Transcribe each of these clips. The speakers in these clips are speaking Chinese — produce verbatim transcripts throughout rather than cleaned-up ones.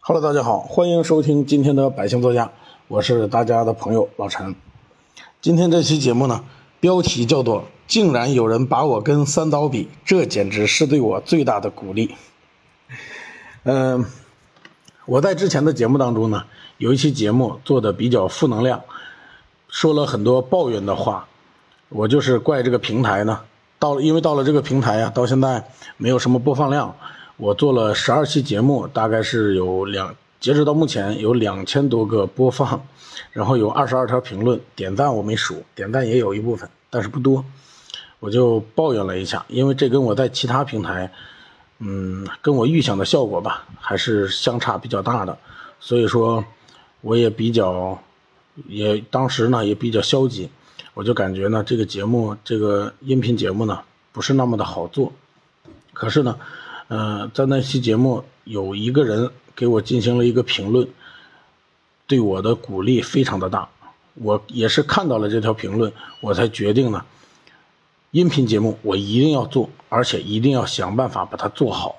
Hello， 大家好，欢迎收听今天的百姓作家，我是大家的朋友老陈。今天这期节目呢，标题叫做“竟然有人把我跟三刀比”，这简直是对我最大的鼓励。嗯、呃，我在之前的节目当中呢，有一期节目做的比较负能量，说了很多抱怨的话，我就是怪这个平台呢，到因为到了这个平台啊，到现在没有什么播放量。我做了十二期节目，大概是有两，截止到目前有两千多个播放，然后有二十二条评论，点赞我没数，点赞也有一部分，但是不多。我就抱怨了一下，因为这跟我在其他平台，嗯，跟我预想的效果吧，还是相差比较大的，所以说我也比较，也当时呢也比较消极，我就感觉呢这个节目，这个音频节目呢不是那么的好做，可是呢。呃，在那期节目有一个人给我进行了一个评论，对我的鼓励非常的大。我也是看到了这条评论，我才决定呢，音频节目我一定要做，而且一定要想办法把它做好。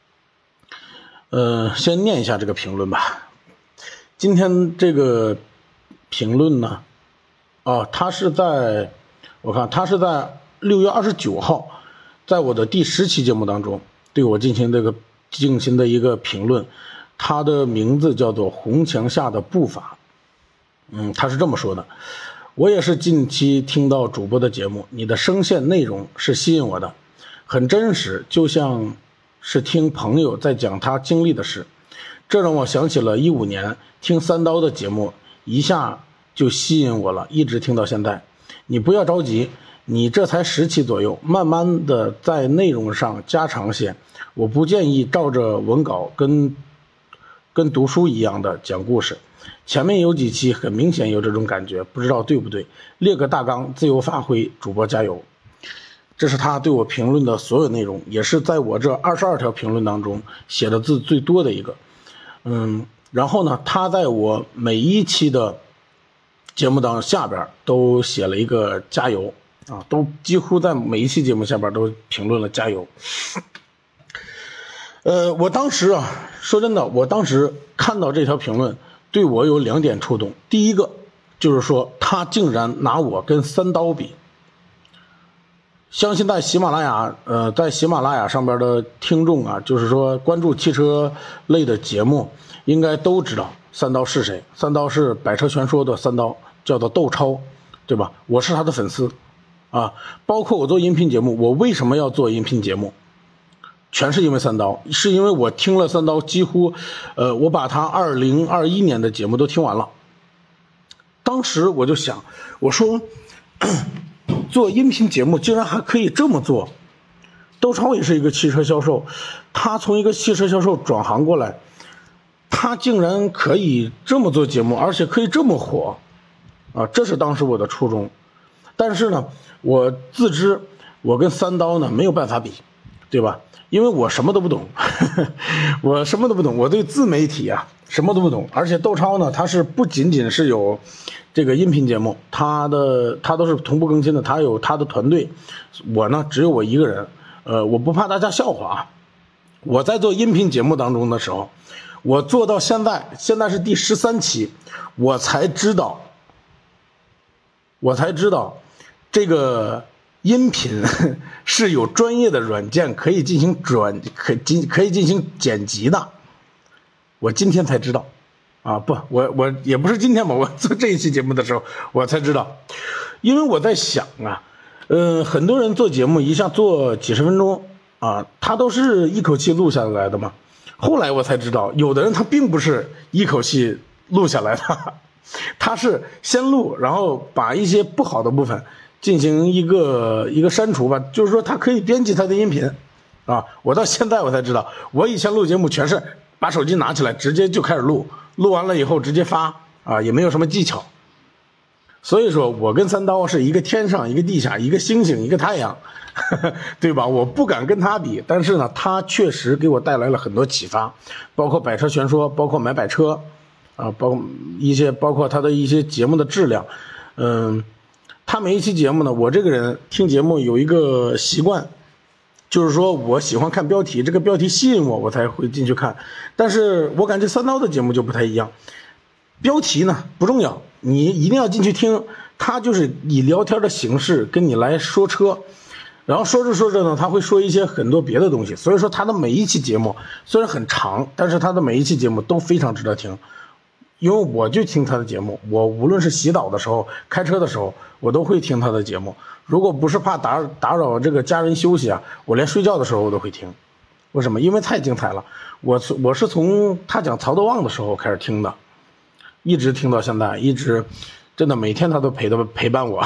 呃，先念一下这个评论吧。今天这个评论呢，哦，他是在，我看他是在六月二十九号，在我的第十期节目当中。对我进行这个进行的一个评论，他的名字叫做红墙下的步伐。嗯，他是这么说的：我也是近期听到主播的节目，你的声线内容是吸引我的，很真实，就像是听朋友在讲他经历的事。这让我想起了一五年听三刀的节目，一下就吸引我了，一直听到现在。你不要着急。你这才十期左右，慢慢的在内容上加长些。我不建议照着文稿跟跟读书一样的讲故事。前面有几期很明显有这种感觉，不知道对不对。列个大纲，自由发挥，主播加油。这是他对我评论的所有内容，也是在我这二十二条评论当中写的字最多的一个。嗯，然后呢，他在我每一期的节目当中下边都写了一个加油。啊，都几乎在每一期节目下边都评论了加油。呃，我当时啊，说真的，我当时看到这条评论，对我有两点触动。第一个就是说，他竟然拿我跟三刀比。相信在喜马拉雅，呃，在喜马拉雅上边的听众啊，就是说关注汽车类的节目，应该都知道三刀是谁。三刀是百车全说的三刀，叫做窦超，对吧？我是他的粉丝。啊，包括我做音频节目，我为什么要做音频节目？全是因为三刀，是因为我听了三刀，几乎，呃，我把他二零二一年的节目都听完了。当时我就想，我说，做音频节目竟然还可以这么做。窦超也是一个汽车销售，他从一个汽车销售转行过来，他竟然可以这么做节目，而且可以这么火，啊，这是当时我的初衷。但是呢，我自知我跟三刀呢没有办法比，对吧？因为我什么都不懂，呵呵我什么都不懂，我对自媒体啊什么都不懂。而且窦超呢，他是不仅仅是有这个音频节目，他的他都是同步更新的，他有他的团队。我呢只有我一个人，呃，我不怕大家笑话啊。我在做音频节目当中的时候，我做到现在，现在是第十三期，我才知道，我才知道。这个音频是有专业的软件可以进行转可进可以进行剪辑的，我今天才知道，啊不，我我也不是今天吧，我做这一期节目的时候我才知道，因为我在想啊，嗯，很多人做节目一下做几十分钟啊，他都是一口气录下来的嘛，后来我才知道，有的人他并不是一口气录下来的，他是先录，然后把一些不好的部分。进行一个一个删除吧，就是说它可以编辑它的音频，啊，我到现在我才知道，我以前录节目全是把手机拿起来直接就开始录，录完了以后直接发，啊，也没有什么技巧。所以说我跟三刀是一个天上一个地下，一个星星一个太阳，呵呵对吧？我不敢跟他比，但是呢，他确实给我带来了很多启发，包括百车全说，包括买百车，啊，包括一些包括他的一些节目的质量，嗯。他每一期节目呢，我这个人听节目有一个习惯， 就是说我喜欢看标题，这个标题吸引我，我才会进去看。但是我感觉三刀的节目就不太一样，标题呢不重要，你一定要进去听，他就是以聊天的形式跟你来说车，然后说着说着呢，他会说一些很多别的东西，所以说他的每一期节目虽然很长，但是他的每一期节目都非常值得听。因为我就听他的节目，我无论是洗澡的时候、开车的时候，我都会听他的节目。如果不是怕打打扰这个家人休息啊，我连睡觉的时候我都会听。为什么？因为太精彩了。我我是从他讲曹德旺的时候开始听的，一直听到现在，一直真的每天他都陪的陪伴我。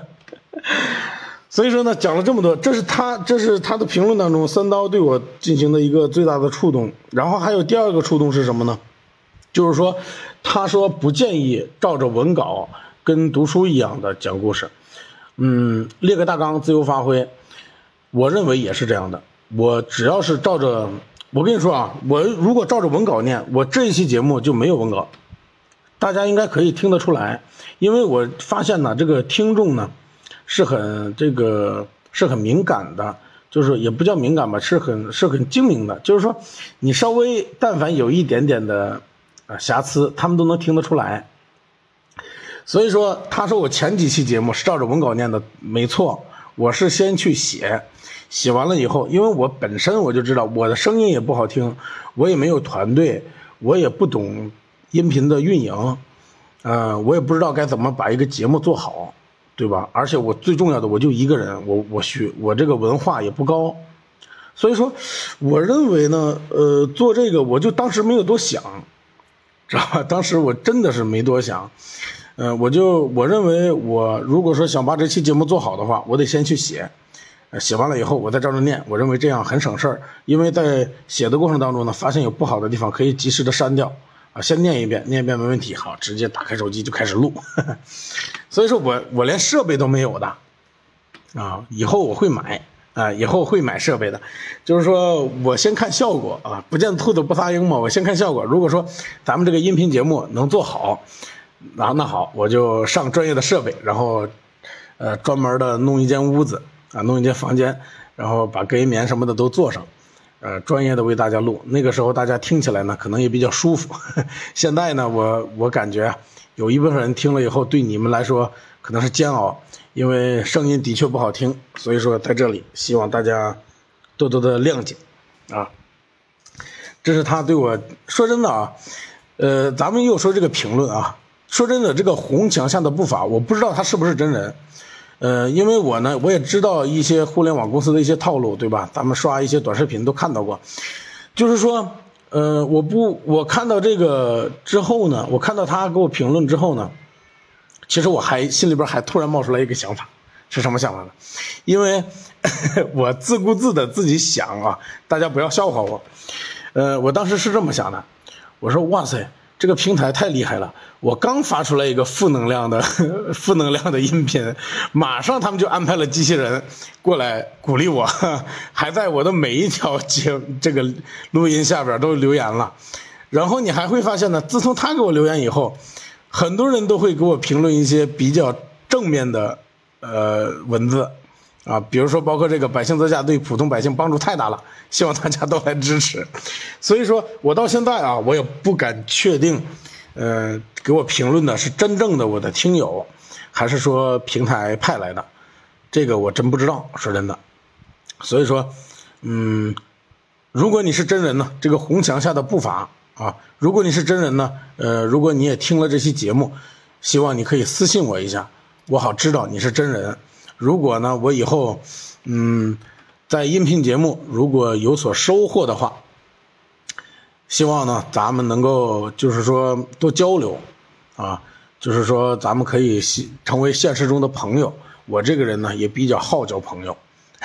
所以说呢，讲了这么多，这是他这是他的评论当中三刀对我进行的一个最大的触动。然后还有第二个触动是什么呢？就是说他说不建议照着文稿跟读书一样的讲故事，嗯，列个大纲自由发挥，我认为也是这样的。我只要是照着，我跟你说啊，我如果照着文稿念，我这一期节目就没有文稿，大家应该可以听得出来。因为我发现呢，这个听众呢是很这个是很敏感的，就是也不叫敏感吧，是很是很精明的，就是说你稍微但凡有一点点的啊，瑕疵他们都能听得出来。所以说他说我前几期节目是照着文稿念的，没错，我是先去写，写完了以后，因为我本身我就知道我的声音也不好听，我也没有团队，我也不懂音频的运营，呃，我也不知道该怎么把一个节目做好，对吧？而且我最重要的，我就一个人，我我学我这个文化也不高，所以说我认为呢，呃，做这个我就当时没有多想，知道吧？当时我真的是没多想，呃，我就我认为我如果说想把这期节目做好的话，我得先去写，呃，写完了以后我再照着念，我认为这样很省事儿，因为在写的过程当中呢，发现有不好的地方可以及时的删掉，啊，先念一遍，念一遍没问题，好，直接打开手机就开始录，呵呵，所以说我我连设备都没有的，啊，以后我会买。啊，以后会买设备的，就是说我先看效果啊，不见兔子不撒鹰嘛，我先看效果。如果说咱们这个音频节目能做好，啊，那好，我就上专业的设备，然后呃专门的弄一间屋子啊，弄一间房间，然后把隔音棉什么的都做上，呃专业的为大家录。那个时候大家听起来呢，可能也比较舒服。现在呢，我我感觉有一部分人听了以后，对你们来说可能是煎熬。因为声音的确不好听，所以说在这里希望大家多多的谅解啊。这是他对我说真的啊，呃，咱们又说这个评论啊，说真的，这个红墙下的步伐，我不知道他是不是真人，呃，因为我呢，我也知道一些互联网公司的一些套路，对吧？咱们刷一些短视频都看到过，就是说，呃，我不，我看到这个之后呢，我看到他给我评论之后呢。其实我还心里边还突然冒出来一个想法，是什么想法呢？因为我自顾自的自己想啊，大家不要笑话我。呃，我当时是这么想的，我说哇塞，这个平台太厉害了！我刚发出来一个负能量的负能量的音频，马上他们就安排了机器人过来鼓励我，还在我的每一条节这个录音下边都留言了。然后你还会发现呢，自从他给我留言以后。很多人都会给我评论一些比较正面的呃文字啊，比如说包括这个百姓自驾对普通百姓帮助太大了，希望大家都来支持。所以说我到现在啊，我也不敢确定，呃，给我评论的是真正的我的听友，还是说平台派来的，这个我真不知道，说真的。所以说，嗯，如果你是真人呢，这个红墙下的步伐。啊，如果你是真人呢，呃，如果你也听了这期节目，希望你可以私信我一下，我好知道你是真人。如果呢，我以后，嗯，在音频节目如果有所收获的话，希望呢咱们能够就是说多交流，啊，就是说咱们可以成为现实中的朋友。我这个人呢也比较好交朋友。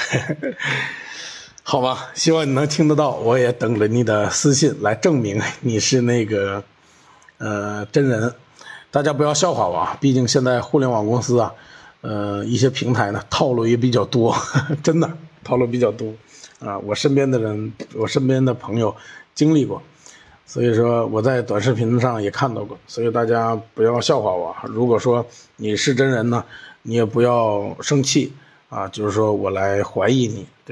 好吧，希望你能听得到，我也等着你的私信来证明你是那个呃真人。大家不要笑话我啊，毕竟现在互联网公司啊，呃一些平台呢套路也比较多，真的套路比较多啊。我身边的人，我身边的朋友经历过，所以说我在短视频上也看到过，所以大家不要笑话我。如果说你是真人呢，你也不要生气啊，就是说我来怀疑你，对吧？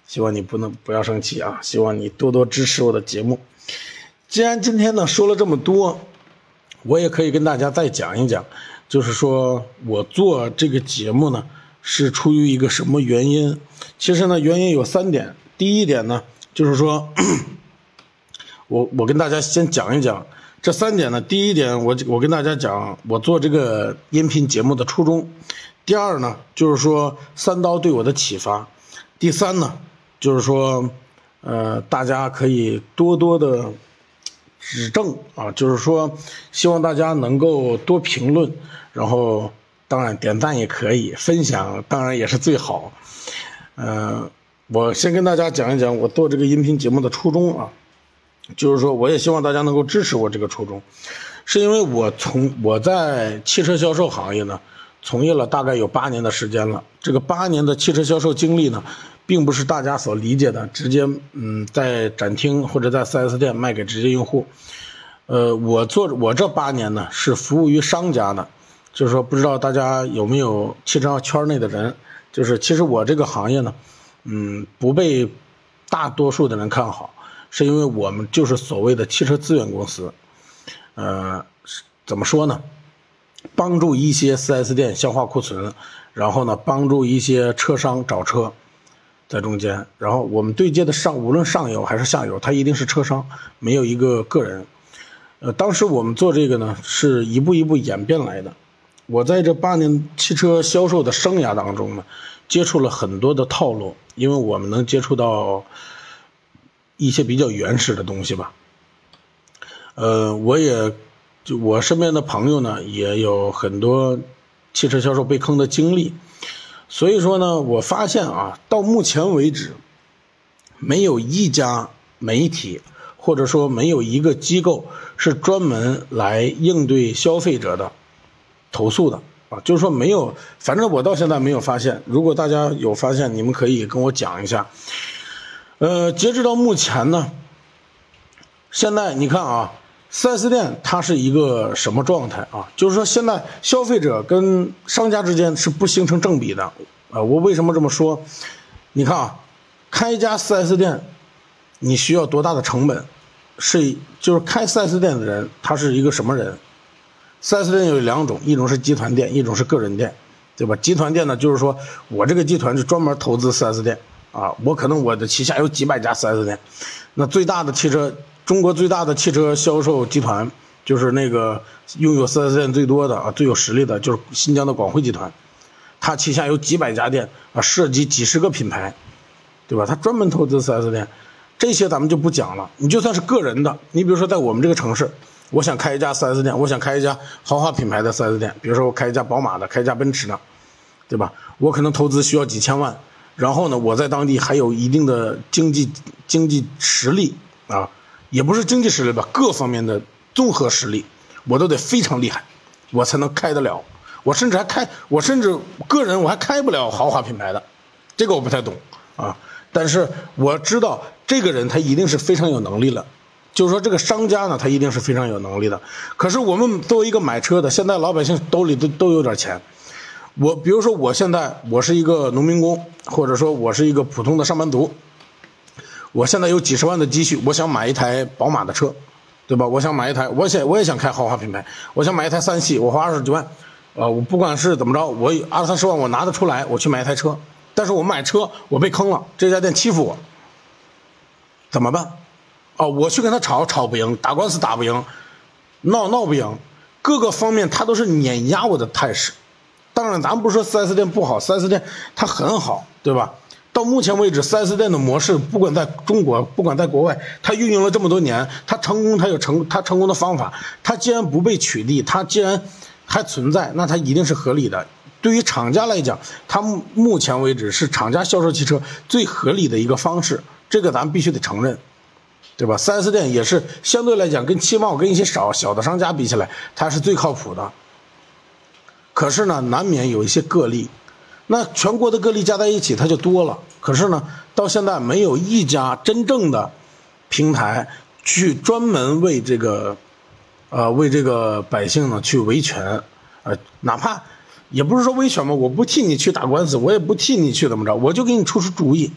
希望你不能不要生气啊，希望你多多支持我的节目。既然今天呢说了这么多，我也可以跟大家再讲一讲，就是说我做这个节目呢是出于一个什么原因。其实呢原因有三点。第一点呢就是说我我跟大家先讲一讲这三点呢。第一点，我我跟大家讲我做这个音频节目的初衷。第二呢就是说三刀对我的启发。第三呢就是说呃大家可以多多的指正啊，就是说希望大家能够多评论，然后当然点赞也可以，分享当然也是最好。呃我先跟大家讲一讲我做这个音频节目的初衷啊，就是说我也希望大家能够支持我这个初衷，是因为我从我在汽车销售行业呢从业了大概有八年的时间了。这个八年的汽车销售经历呢并不是大家所理解的直接嗯在展厅或者在 四 S 店卖给直接用户。呃我做我这八年呢是服务于商家的，就是说不知道大家有没有汽车圈内的人，就是其实我这个行业呢嗯不被大多数的人看好，是因为我们就是所谓的汽车资源公司。呃怎么说呢，帮助一些 四 S 店消化库存，然后呢帮助一些车商找车在中间，然后我们对接的上无论上游还是下游，它一定是车商，没有一个个人。呃当时我们做这个呢是一步一步演变来的。我在这八年汽车销售的生涯当中呢接触了很多的套路，因为我们能接触到一些比较原始的东西吧。呃我也就我身边的朋友呢也有很多汽车销售被坑的经历，所以说呢我发现啊，到目前为止没有一家媒体或者说没有一个机构是专门来应对消费者的投诉的啊，就是说没有，反正我到现在没有发现。如果大家有发现，你们可以跟我讲一下。呃截止到目前呢，现在你看啊， 四 S 店它是一个什么状态啊？就是说现在消费者跟商家之间是不形成正比的。呃我为什么这么说？你看啊，开一家 四 S 店你需要多大的成本？是就是开 四 S 店的人他是一个什么人？ 四 S 店有两种，一种是集团店，一种是个人店，对吧？集团店呢就是说我这个集团是专门投资 四 S 店啊，我可能我的旗下有几百家 四 S 店。那最大的汽车中国最大的汽车销售集团就是那个拥有 四 S 店最多的啊最有实力的就是新疆的广汇集团，它旗下有几百家店啊，涉及几十个品牌，对吧？它专门投资 四 S 店。这些咱们就不讲了。你就算是个人的，你比如说在我们这个城市，我想开一家 四 S 店，我想开一家豪华品牌的 四 S 店，比如说我开一家宝马的，开一家奔驰的，对吧？我可能投资需要几千万，然后呢我在当地还有一定的经济经济实力啊，也不是经济实力吧，各方面的综合实力我都得非常厉害，我才能开得了。我甚至还开我甚至个人我还开不了豪华品牌的，这个我不太懂啊。但是我知道这个人他一定是非常有能力了，就是说这个商家呢他一定是非常有能力的。可是我们作为一个买车的，现在老百姓兜里都都有点钱。我比如说我现在我是一个农民工，或者说我是一个普通的上班族，我现在有几十万的积蓄，我想买一台宝马的车，对吧？我想买一台，我想我也想开豪华品牌，我想买一台三系，我花二十几万，呃，我不管是怎么着，我二三十万我拿得出来，我去买一台车。但是我买车我被坑了，这家店欺负我，怎么办？哦，我去跟他吵吵不赢，打官司打不赢，闹闹不赢，各个方面他都是碾压我的态势。当然咱们不说 四 S 店不好， 四 S 店它很好，对吧？到目前为止 四 S 店的模式不管在中国不管在国外，它运用了这么多年，它成功，它有成它成功的方法，它既然不被取缔，它既然还存在，那它一定是合理的。对于厂家来讲，它目前为止是厂家销售汽车最合理的一个方式，这个咱们必须得承认，对吧？ 四 S 店也是相对来讲跟汽贸跟一些少小的商家比起来，它是最靠谱的。可是呢难免有一些个例，那全国的个例加在一起它就多了。可是呢到现在没有一家真正的平台去专门为这个呃为这个百姓呢去维权，呃哪怕也不是说维权嘛，我不替你去打官司，我也不替你去怎么着，我就给你出出主意，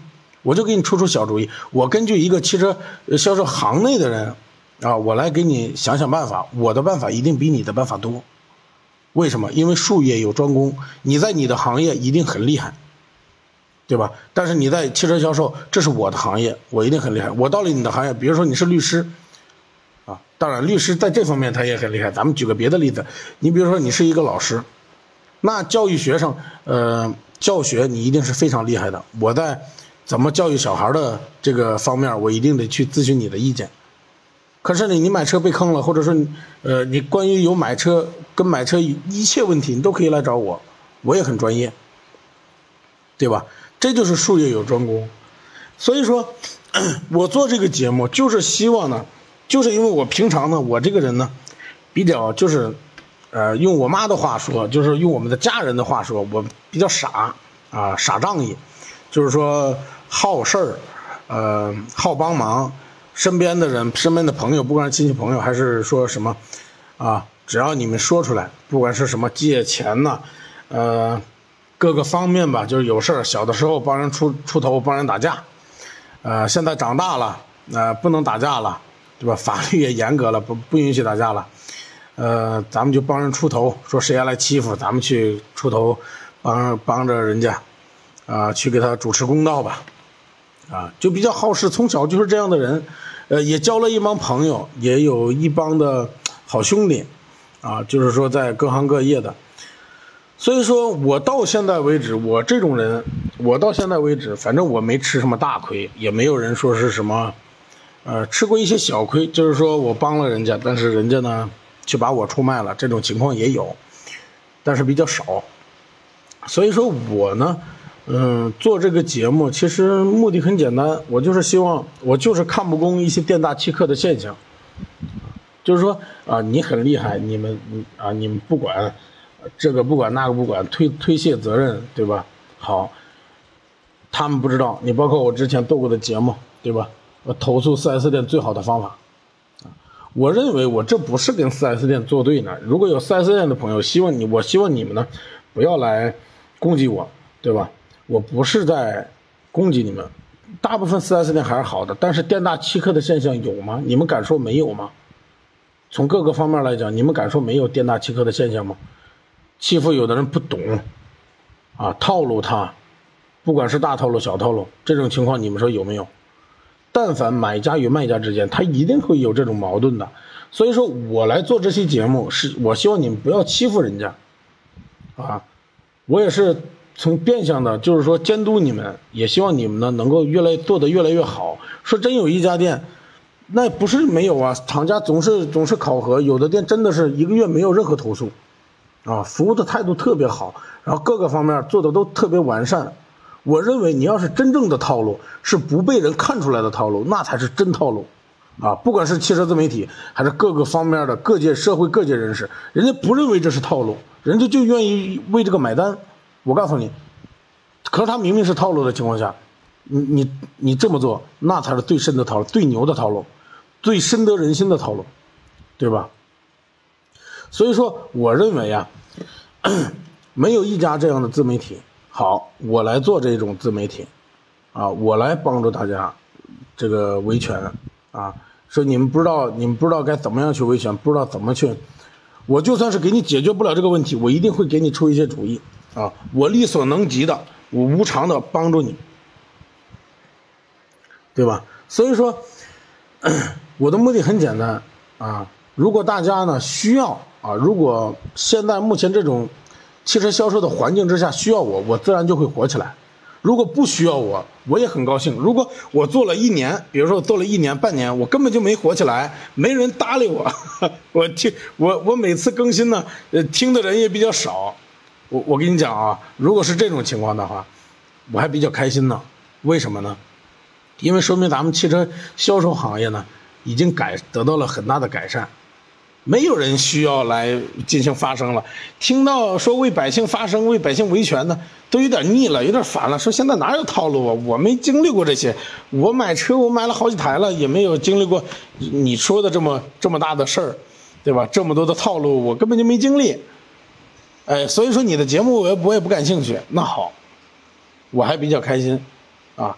我就给你出出小主意，我根据一个汽车销售行内的人啊，我来给你想想办法，我的办法一定比你的办法多。为什么？因为术业有专攻，你在你的行业一定很厉害，对吧？但是你在汽车销售，这是我的行业，我一定很厉害。我到了你的行业，比如说你是律师啊，当然律师在这方面他也很厉害。咱们举个别的例子，你比如说你是一个老师，那教育学生，呃，教学你一定是非常厉害的。我在怎么教育小孩的这个方面，我一定得去咨询你的意见。可是呢，你买车被坑了，或者说你呃，你关于有买车跟买车一切问题，你都可以来找我，我也很专业，对吧？这就是术业有专攻。所以说我做这个节目就是希望呢，就是因为我平常呢，我这个人呢比较就是呃用我妈的话说，就是用我们的家人的话说，我比较傻啊，傻仗义，就是说好事儿，呃好帮忙，身边的人身边的朋友，不管是亲戚朋友还是说什么啊，只要你们说出来，不管是什么借钱呐，呃各个方面吧，就是有事儿，小的时候帮人出出头，帮人打架，呃，现在长大了，呃，不能打架了，对吧？法律也严格了，不不允许打架了，呃，咱们就帮人出头，说谁要来欺负，咱们去出头，帮帮着人家，啊、呃，去给他主持公道吧，啊，就比较好事，从小就是这样的人，呃，也交了一帮朋友，也有一帮的好兄弟，啊，就是说在各行各业的。所以说我到现在为止，我这种人，我到现在为止，反正我没吃什么大亏，也没有人说是什么，呃，吃过一些小亏，就是说我帮了人家，但是人家呢就把我出卖了，这种情况也有，但是比较少。所以说我呢，嗯，做这个节目其实目的很简单，我就是希望，我就是看不公一些店大欺客的现象，就是说啊，你很厉害，你们啊，你们不管。这个不管那个不管，推推卸责任，对吧？好，他们不知道，你包括我之前做过的节目，对吧？我投诉 四 S 店最好的方法，我认为我这不是跟 四 S 店作对呢。如果有 四 S 店的朋友，希望你，我希望你们呢不要来攻击我，对吧？我不是在攻击你们，大部分 四 S 店还是好的，但是店大欺客的现象有吗？你们敢说没有吗？从各个方面来讲，你们敢说没有店大欺客的现象吗？欺负有的人不懂啊，套路他，不管是大套路小套路，这种情况你们说有没有？但凡买家与卖家之间，他一定会有这种矛盾的。所以说我来做这期节目，是我希望你们不要欺负人家啊，我也是从变相的就是说监督你们，也希望你们呢能够越来做得越来越好。说真有一家店那不是没有啊，厂家总是总是考核，有的店真的是一个月没有任何投诉啊，服务的态度特别好，然后各个方面做的都特别完善。我认为你要是真正的套路，是不被人看出来的套路，那才是真套路啊！不管是汽车自媒体还是各个方面的各界社会各界人士，人家不认为这是套路，人家就愿意为这个买单。我告诉你，可是他明明是套路的情况下，你你你这么做，那才是最深的套路，最牛的套路，最深得人心的套路，对吧？所以说我认为啊，没有一家这样的自媒体好，我来做这种自媒体啊，我来帮助大家这个维权啊，说你们不知道你们不知道该怎么样去维权，不知道怎么去，我就算是给你解决不了这个问题，我一定会给你出一些主意啊，我力所能及的，我无偿的帮助你，对吧？所以说我的目的很简单啊，如果大家呢需要啊，如果现在目前这种汽车销售的环境之下需要我，我自然就会火起来。如果不需要我，我也很高兴。如果我做了一年，比如说我做了一年半年，我根本就没火起来，没人搭理我，我听我我每次更新呢，呃，听的人也比较少。我我跟你讲啊，如果是这种情况的话，我还比较开心呢。为什么呢？因为说明咱们汽车销售行业呢，已经改得到了很大的改善。没有人需要来进行发声了，听到说为百姓发声为百姓维权呢，都有点腻了，有点烦了，说现在哪有套路啊，我没经历过这些，我买车我买了好几台了，也没有经历过你说的这么这么大的事儿，对吧？这么多的套路我根本就没经历，哎，所以说你的节目我也我也不感兴趣。那好，我还比较开心啊，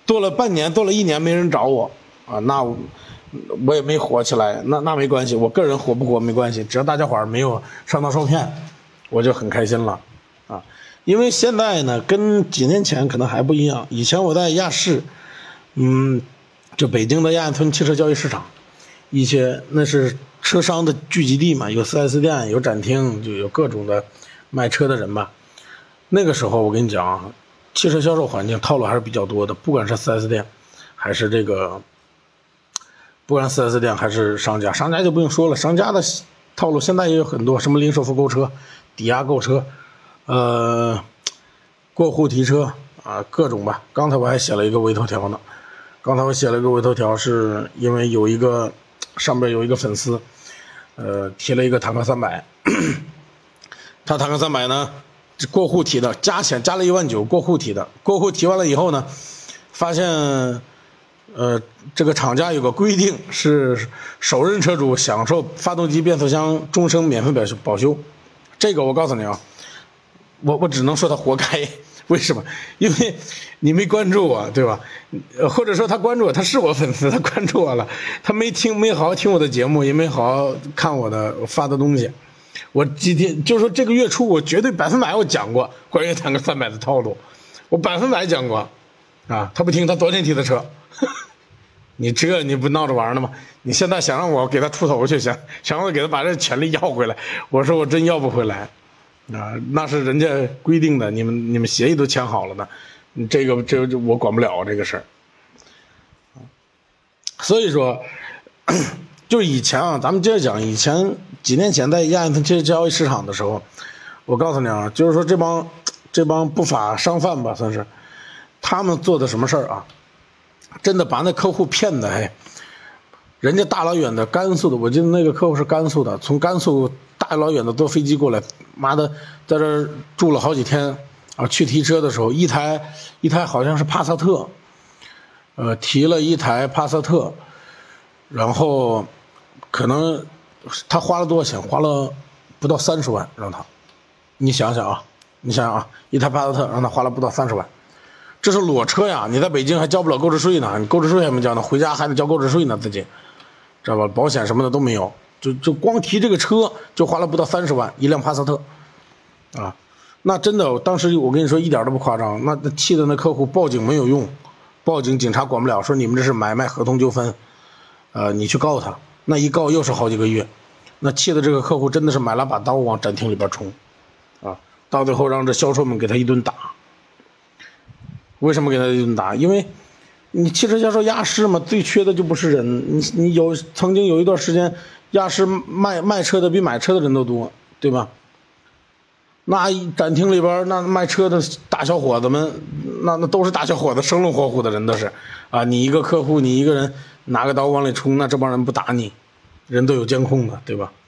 多了半年，多了一年没人找我啊，那我我也没火起来，那那没关系，我个人火不火没关系，只要大家伙儿没有上当受骗，我就很开心了啊。因为现在呢，跟几年前可能还不一样。以前我在亚市，嗯，就北京的亚运村汽车交易市场，一些那是车商的聚集地嘛，有 四 S 店，有展厅，就有各种的卖车的人吧。那个时候我跟你讲，汽车销售环境套路还是比较多的，不管是 四 S 店，还是这个。不管 四 S 店还是商家，商家就不用说了，商家的套路现在也有很多，什么零首付购车、抵押购车，呃，过户提车啊，各种吧。刚才我还写了一个微头条呢，刚才我写了一个微头条，是因为有一个上边有一个粉丝，呃，提了一个坦克三百，他坦克三百呢，过户提的，加钱加了一万九，过户提的，过户提完了以后呢，发现。呃，这个厂家有个规定，是首任车主享受发动机变速箱终生免费保修。这个我告诉你啊，我我只能说他活该。为什么？因为你没关注我，对吧？或者说他关注我，他是我粉丝，他关注我了，他没听，没好好听我的节目，也没好好看我的我发的东西。我今天就是说这个月初，我绝对百分百我讲过关于坦克三百的套路，我百分百讲过啊。他不听，他昨天提的车。你这你不闹着玩呢吗？你现在想让我给他出头去，想想让我给他把这权利要回来，我说我真要不回来啊，那是人家规定的，你们你们协议都签好了呢，这个这个我管不了这个事儿。所以说，就是以前啊，咱们接着讲，以前几年前在亚运村汽车交易市场的时候，我告诉你啊，就是说这帮这帮不法商贩吧，算是他们做的什么事儿啊？真的把那客户骗的，哎，人家大老远的甘肃的，我记得那个客户是甘肃的，从甘肃大老远的坐飞机过来，妈的，在这儿住了好几天啊。去提车的时候，一台一台好像是帕萨特，呃，提了一台帕萨特，然后可能他花了多少钱？花了不到三十万，让他，你想想啊，你想想啊，一台帕萨特让他花了不到三十万。这是裸车呀，你在北京还交不了购置税呢，你购置税还没交呢，回家还得交购置税呢，自己知道吧？保险什么的都没有，就就光提这个车就花了不到三十万，一辆帕萨特啊。那真的，当时我跟你说一点都不夸张，那气的那客户报警没有用，报警警察管不了，说你们这是买卖合同纠纷，呃，你去告他，那一告又是好几个月，那气的这个客户真的是买了把刀往展厅里边冲啊，到最后让这销售们给他一顿打。为什么给他一顿打？因为你汽车销售亚市嘛，最缺的就不是人。你你有曾经有一段时间，亚市卖卖车的比买车的人都多，对吧？那展厅里边那卖车的大小伙子们，那那都是大小伙子，生龙活虎的人都是啊。你一个客户，你一个人拿个刀往里冲，那这帮人不打你，人都有监控的，对吧？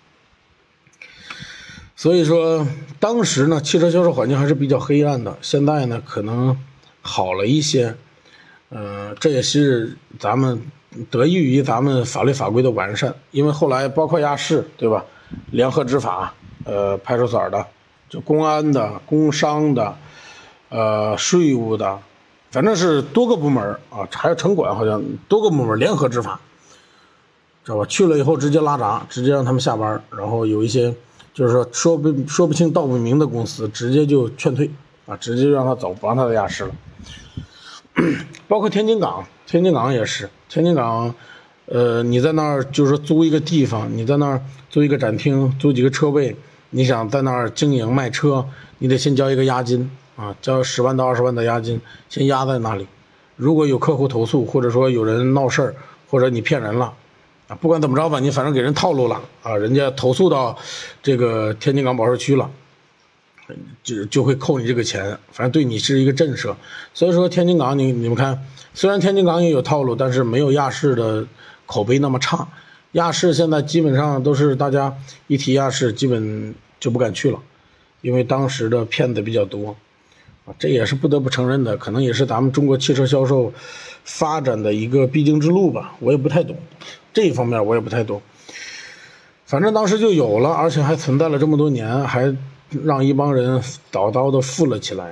所以说，当时呢，汽车销售环境还是比较黑暗的。现在呢，可能好了一些，呃，这也是咱们得益于咱们法律法规的完善，因为后来包括亚市，对吧？联合执法，呃，派出所的，就公安的、工商的，呃，税务的，反正是多个部门啊，还有城管，好像多个部门联合执法，知道吧？去了以后直接拉闸，直接让他们下班，然后有一些就是说说不说不清道不明的公司，直接就劝退啊，直接就让他走，不让他在亚市了。包括天津港，天津港也是，天津港，呃，你在那儿就是说租一个地方，你在那儿租一个展厅，租几个车位，你想在那儿经营卖车，你得先交一个押金啊，交十万到二十万的押金，先押在那里。如果有客户投诉，或者说有人闹事儿，或者你骗人了，啊，不管怎么着吧，你反正给人套路了啊，人家投诉到这个天津港保税区了。就就会扣你这个钱，反正对你是一个震慑。所以说天津港你你们看，虽然天津港也有套路，但是没有亚市的口碑那么差。亚市现在基本上都是大家一提亚市基本就不敢去了，因为当时的骗子比较多啊，这也是不得不承认的，可能也是咱们中国汽车销售发展的一个必经之路吧。我也不太懂这一方面，我也不太懂，反正当时就有了，而且还存在了这么多年，还让一帮人早早的富了起来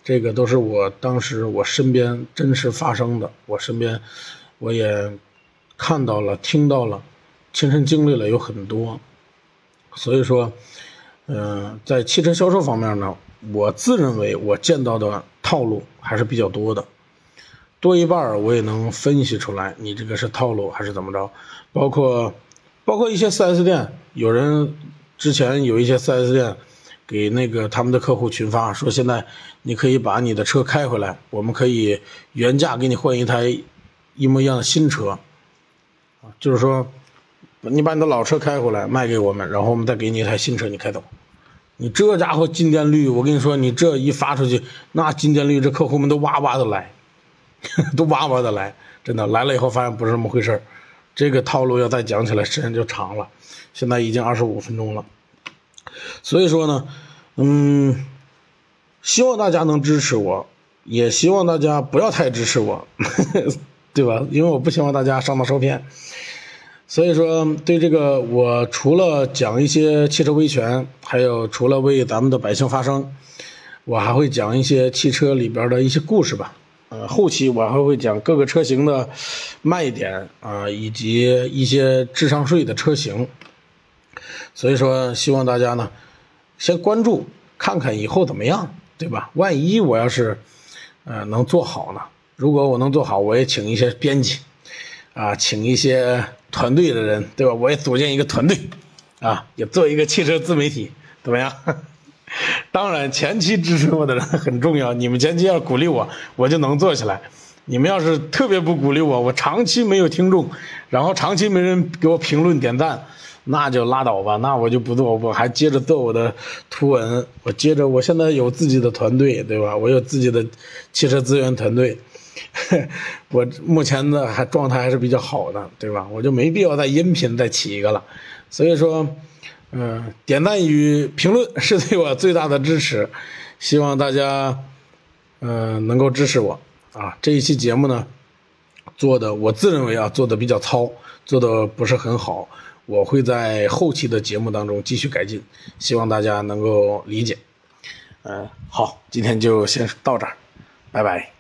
这个都是我当时我身边真实发生的，我身边我也看到了听到了，亲身经历了有很多。所以说嗯、呃，在汽车销售方面呢，我自认为我见到的套路还是比较多的，多一半我也能分析出来你这个是套路还是怎么着。包括包括一些 四 S 店，有人之前有一些 四 S 店给那个他们的客户群发说，现在你可以把你的车开回来，我们可以原价给你换一台一模一样的新车，就是说你把你的老车开回来卖给我们，然后我们再给你一台新车你开走。你这家伙进店率，我跟你说，你这一发出去，那进店率这客户们都哇哇的来都哇哇的来，真的来了以后发现不是这么回事。这个套路要再讲起来时间就长了，现在已经二十五分钟了。所以说呢嗯，希望大家能支持我，也希望大家不要太支持我对吧？因为我不希望大家上当受骗。所以说对这个，我除了讲一些汽车维权，还有除了为咱们的百姓发声，我还会讲一些汽车里边的一些故事吧。呃，后期我还会讲各个车型的卖点啊、呃，以及一些智商税的车型。所以说希望大家呢先关注看看以后怎么样，对吧？万一我要是呃能做好呢，如果我能做好，我也请一些编辑啊，请一些团队的人，对吧？我也组建一个团队啊，也做一个汽车自媒体，怎么样？当然前期支持我的人很重要，你们前期要鼓励我，我就能做起来。你们要是特别不鼓励我，我长期没有听众，然后长期没人给我评论点赞，那就拉倒吧，那我就不做，我还接着做我的图文，我接着我现在有自己的团队，对吧？我有自己的汽车资源团队，我目前的还状态还是比较好的，对吧？我就没必要在音频再起一个了。所以说嗯、呃，点赞与评论是对我最大的支持，希望大家嗯、呃、能够支持我啊。这一期节目呢做的我自认为啊做的比较糙，做的不是很好，我会在后期的节目当中继续改进，希望大家能够理解。嗯、呃，好，今天就先到这儿，拜拜。